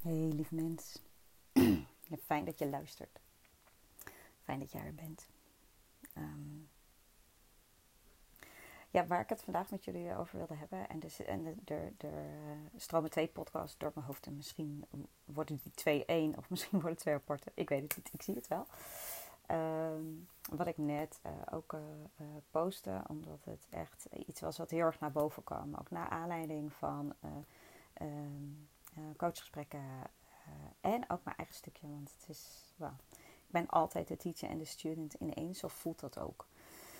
Hey lief mens, fijn dat je luistert. Fijn dat je er bent. Waar ik het vandaag met jullie over wilde hebben. Er stromen 2 podcasts door mijn hoofd. En misschien worden die 2 één. Of misschien worden het 2 aparte. Ik weet het niet, ik zie het wel. Wat ik net ook postte. Omdat het echt iets was wat heel erg naar boven kwam. Ook naar aanleiding van coachgesprekken. En ook mijn eigen stukje. Want het is, ik ben altijd de teacher en de student ineens. Of voelt dat ook.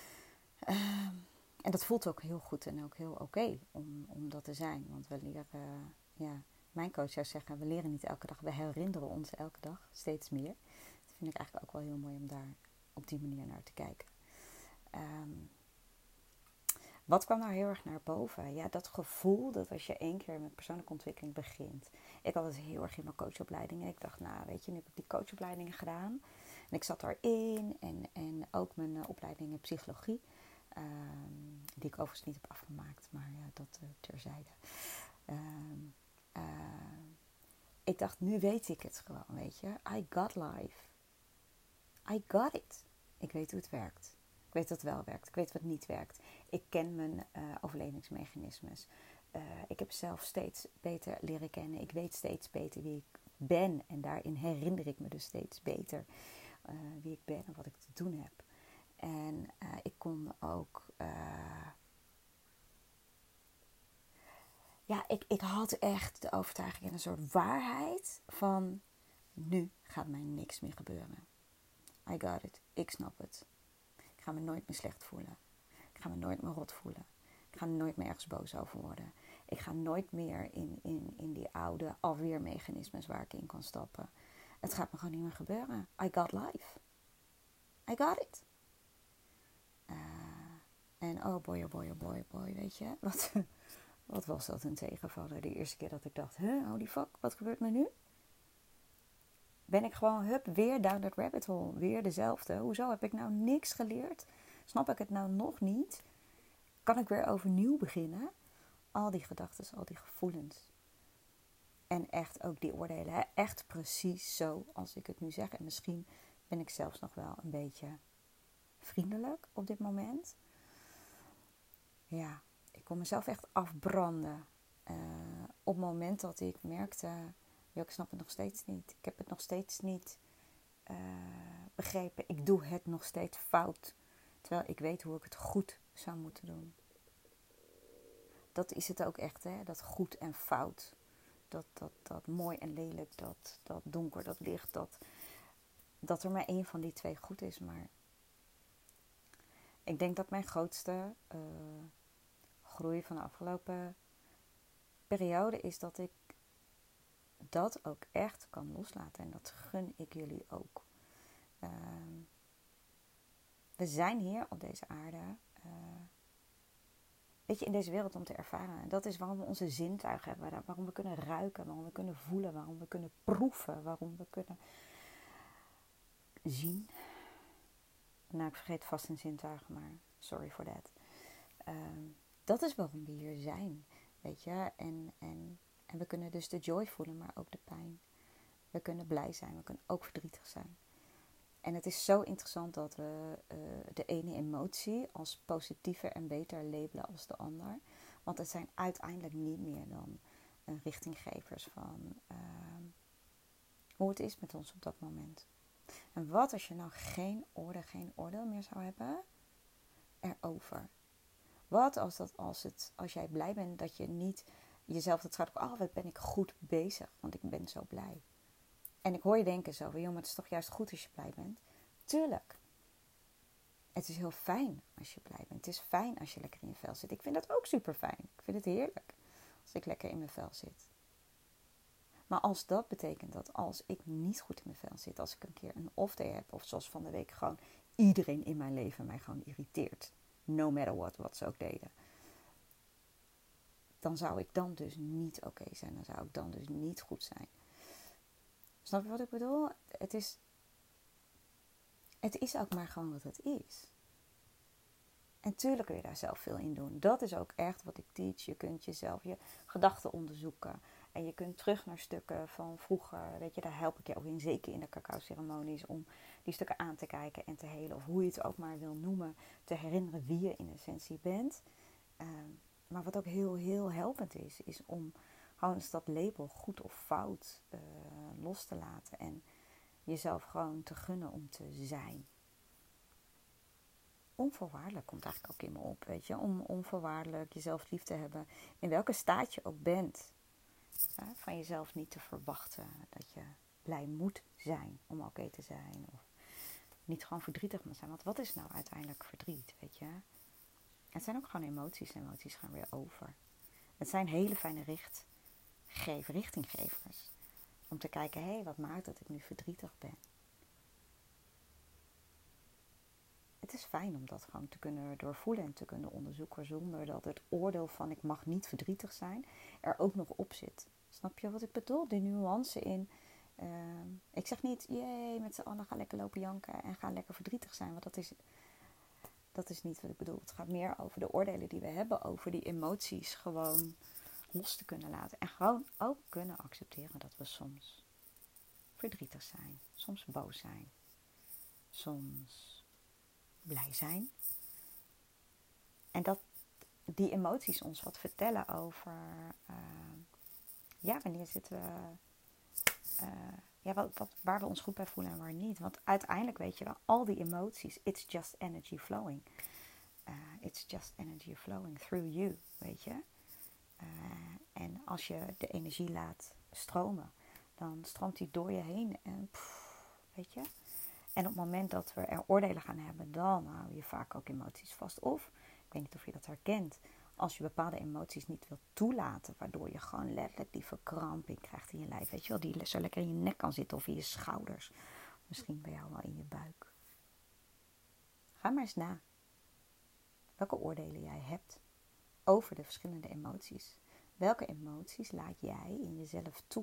En dat voelt ook heel goed en ook heel oké om dat te zijn. Want we leren, mijn coach zou zeggen, we leren niet elke dag. We herinneren ons elke dag steeds meer. Dat vind ik eigenlijk ook wel heel mooi om daar op die manier naar te kijken. Wat kwam nou heel erg naar boven? Ja, dat gevoel dat als je 1 keer met persoonlijke ontwikkeling begint. Ik had het heel erg in mijn coachopleiding. En ik dacht, nou weet je, nu heb ik die coachopleidingen gedaan. En ik zat daarin en ook mijn opleiding in psychologie. Die ik overigens niet heb afgemaakt, maar ja, dat terzijde. Ik dacht, nu weet ik het gewoon, weet je. I got life. I got it. Ik weet hoe het werkt. Ik weet wat wel werkt. Ik weet wat niet werkt. Ik ken mijn overlevingsmechanismes. Ik heb zelf steeds beter leren kennen. Ik weet steeds beter wie ik ben. En daarin herinner ik me dus steeds beter wie ik ben en wat ik te doen heb. En ik kon ook... ik had echt de overtuiging en een soort waarheid van... Nu gaat mij niks meer gebeuren. I got it. Ik snap het. Ik ga me nooit meer slecht voelen. Ik ga me nooit meer rot voelen. Ik ga nooit meer ergens boos over worden. Ik ga nooit meer in die oude alweermechanismes waar ik in kan stappen. Het gaat me gewoon niet meer gebeuren. I got life. I got it. En oh boy, weet je. Wat was dat een tegenvaller? De eerste keer dat ik dacht, holy fuck, wat gebeurt me nu? Ben ik gewoon, weer down that rabbit hole. Weer dezelfde. Hoezo heb ik nou niks geleerd? Snap ik het nou nog niet? Kan ik weer overnieuw beginnen? Al die gedachten, al die gevoelens. En echt ook die oordelen. Hè? Echt precies zo als ik het nu zeg. En misschien ben ik zelfs nog wel een beetje vriendelijk op dit moment. Ja, ik kon mezelf echt afbranden. Op het moment dat ik merkte... Ja, ik snap het nog steeds niet. Ik heb het nog steeds niet begrepen. Ik doe het nog steeds fout. Terwijl ik weet hoe ik het goed zou moeten doen. Dat is het ook echt, hè? Dat goed en fout. Dat mooi en lelijk. Dat donker, dat licht. Dat er maar 1 van die 2 goed is. Maar ik denk dat mijn grootste groei van de afgelopen periode is dat ik dat ook echt kan loslaten. En dat gun ik jullie ook. We zijn hier op deze aarde, in deze wereld om te ervaren. En dat is waarom we onze zintuigen hebben. Waarom we kunnen ruiken, waarom we kunnen voelen, waarom we kunnen proeven, waarom we kunnen zien. Nou, ik vergeet vast een zintuig, maar sorry for that. Dat is waarom we hier zijn, weet je. En we kunnen dus de joy voelen, maar ook de pijn. We kunnen blij zijn, we kunnen ook verdrietig zijn. En het is zo interessant dat we de ene emotie als positiever en beter labelen als de ander. Want het zijn uiteindelijk niet meer dan richtinggevers van hoe het is met ons op dat moment. En wat als je nou geen oordeel meer zou hebben erover? Wat als jij blij bent dat je niet jezelf het gaat... Oh, wat ben ik goed bezig, want ik ben zo blij. En ik hoor je denken zo van... Joh, maar het is toch juist goed als je blij bent? Tuurlijk. Het is heel fijn als je blij bent. Het is fijn als je lekker in je vel zit. Ik vind dat ook super fijn. Ik vind het heerlijk als ik lekker in mijn vel zit. Maar als dat betekent dat als ik niet goed in mijn vel zit... Als ik een keer een off day heb... Of zoals van de week gewoon iedereen in mijn leven mij gewoon irriteert. No matter what, wat ze ook deden. Dan zou ik dan dus niet oké zijn. Dan zou ik dan dus niet goed zijn. Snap je wat ik bedoel? Het is ook maar gewoon wat het is. En tuurlijk kun je daar zelf veel in doen. Dat is ook echt wat ik teach. Je kunt jezelf je gedachten onderzoeken. En je kunt terug naar stukken van vroeger. Weet je, daar help ik je ook in. Zeker in de cacao-ceremonies. Om die stukken aan te kijken en te helen. Of hoe je het ook maar wil noemen. Te herinneren wie je in essentie bent. Maar wat ook heel, heel helpend is om gewoon eens dat label goed of fout los te laten. En jezelf gewoon te gunnen om te zijn. Onvoorwaardelijk komt eigenlijk ook in me op, weet je. Om onvoorwaardelijk jezelf lief te hebben. In welke staat je ook bent. Van jezelf niet te verwachten dat je blij moet zijn om oké te zijn. Of niet gewoon verdrietig moet zijn. Want wat is nou uiteindelijk verdriet, weet je. Het zijn ook gewoon emoties. Emoties gaan weer over. Het zijn hele fijne richtinggevers. Om te kijken, hé, wat maakt dat ik nu verdrietig ben? Het is fijn om dat gewoon te kunnen doorvoelen en te kunnen onderzoeken. Zonder dat het oordeel van ik mag niet verdrietig zijn er ook nog op zit. Snap je wat ik bedoel? Die nuance in. Ik zeg niet, jee, met z'n allen ga lekker lopen janken en ga lekker verdrietig zijn. Want dat is niet wat ik bedoel. Het gaat meer over de oordelen die we hebben over die emoties gewoon los te kunnen laten. En gewoon ook kunnen accepteren dat we soms verdrietig zijn. Soms boos zijn. Soms blij zijn. En dat die emoties ons wat vertellen over wanneer zitten we waar we ons goed bij voelen en waar niet. Want uiteindelijk weet je wel, al die emoties, it's just energy flowing. It's just energy flowing through you, weet je. En als je de energie laat stromen, dan stroomt die door je heen en weet je. En op het moment dat we er oordelen gaan hebben, dan hou je vaak ook emoties vast. Of, ik weet niet of je dat herkent, als je bepaalde emoties niet wilt toelaten, waardoor je gewoon letterlijk die verkramping krijgt in je lijf. Weet je wel, die zo lekker in je nek kan zitten of in je schouders. Misschien bij jou wel in je buik. Ga maar eens na welke oordelen jij hebt over de verschillende emoties. Welke emoties laat jij in jezelf toe?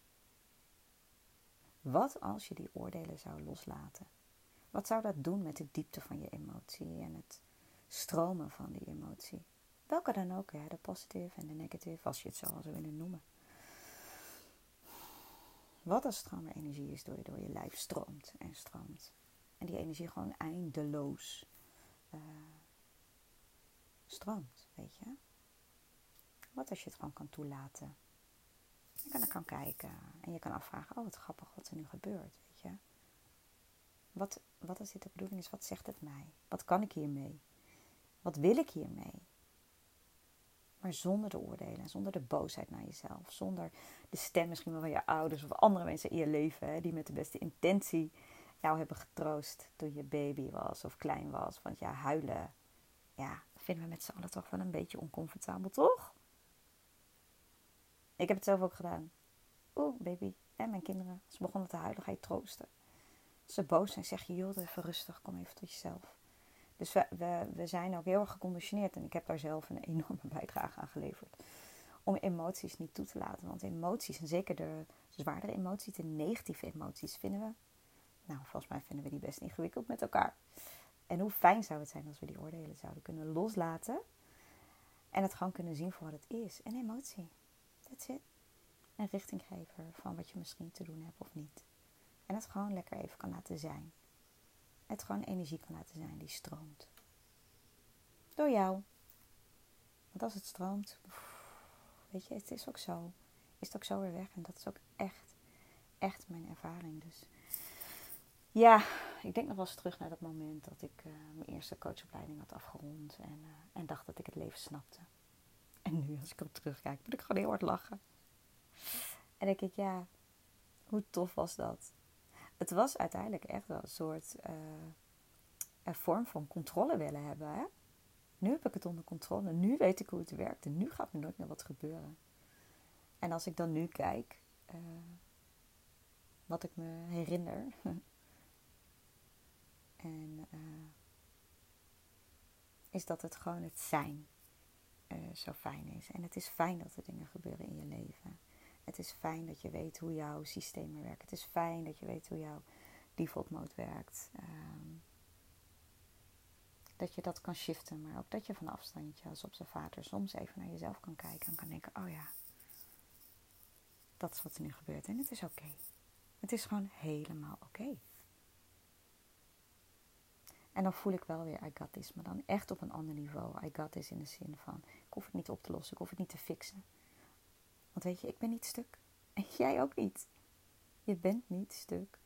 Wat als je die oordelen zou loslaten? Wat zou dat doen met de diepte van je emotie en het stromen van die emotie? Welke dan ook, hè? De positieve en de negative, als je het zo zou willen noemen. Wat als stroom er energie is door je lijf stroomt en stroomt. En die energie gewoon eindeloos stroomt, weet je. Wat als je het gewoon kan toelaten. Je kan kijken en je kan afvragen, wat grappig wat er nu gebeurt, weet je. Wat als dit de bedoeling is, wat zegt het mij? Wat kan ik hiermee? Wat wil ik hiermee? Maar zonder de oordelen, zonder de boosheid naar jezelf. Zonder de stem misschien wel van je ouders of andere mensen in je leven. Hè, die met de beste intentie jou hebben getroost toen je baby was of klein was. Want ja, huilen, ja, vinden we met z'n allen toch wel een beetje oncomfortabel, toch? Ik heb het zelf ook gedaan. Baby en mijn kinderen, ze begonnen te huilen, ga je troosten. Als ze boos zijn, zeg je, joh, even rustig, kom even tot jezelf. Dus we zijn ook heel erg geconditioneerd. En ik heb daar zelf een enorme bijdrage aan geleverd. Om emoties niet toe te laten. Want emoties, en zeker de zwaardere emoties, de negatieve emoties, vinden we... Nou, volgens mij vinden we die best ingewikkeld met elkaar. En hoe fijn zou het zijn als we die oordelen zouden kunnen loslaten. En het gewoon kunnen zien voor wat het is. Een emotie. That's it. Een richtinggever van wat je misschien te doen hebt of niet. En het gewoon lekker even kan laten zijn. Het gewoon energie kan laten zijn die stroomt. Door jou. Want als het stroomt, weet je, het is ook zo. Is het ook zo weer weg. En dat is ook echt mijn ervaring. Dus ja, ik denk nog wel eens terug naar dat moment dat ik mijn eerste coachopleiding had afgerond. En dacht dat ik het leven snapte. En nu, als ik erop terugkijk, moet ik gewoon heel hard lachen. En denk ik, ja, hoe tof was dat? Het was uiteindelijk echt wel een soort een vorm van controle willen hebben. Hè? Nu heb ik het onder controle. Nu weet ik hoe het werkt. En nu gaat er nooit meer wat gebeuren. En als ik dan nu kijk, wat ik me herinner. en is dat het gewoon het zijn zo fijn is. En het is fijn dat er dingen gebeuren in je leven. Het is fijn dat je weet hoe jouw systemen werken. Het is fijn dat je weet hoe jouw default mode werkt. Dat je dat kan shiften. Maar ook dat je van afstandje als observator soms even naar jezelf kan kijken. En kan denken, oh ja. Dat is wat er nu gebeurt en het is oké. Het is gewoon helemaal oké. En dan voel ik wel weer, I got this. Maar dan echt op een ander niveau. I got this in de zin van, ik hoef het niet op te lossen. Ik hoef het niet te fixen. Want weet je, ik ben niet stuk. En jij ook niet. Je bent niet stuk.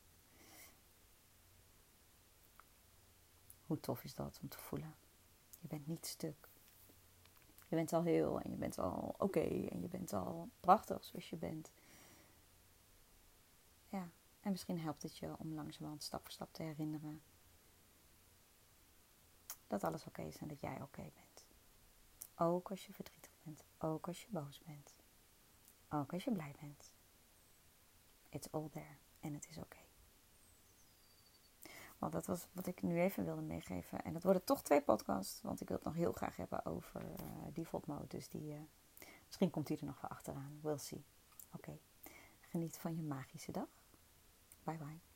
Hoe tof is dat om te voelen? Je bent niet stuk. Je bent al heel en je bent al oké. En je bent al prachtig zoals je bent. Ja, en misschien helpt het je om langzamerhand stap voor stap te herinneren dat alles oké is en dat jij oké bent. Ook als je verdrietig bent. Ook als je boos bent. Ook als je blij bent. It's all there. En het is oké. Want dat was wat ik nu even wilde meegeven. En dat worden toch 2 podcasts. Want ik wil het nog heel graag hebben over default mode. Dus misschien komt die er nog wel achteraan. We'll see. Oké. Geniet van je magische dag. Bye bye.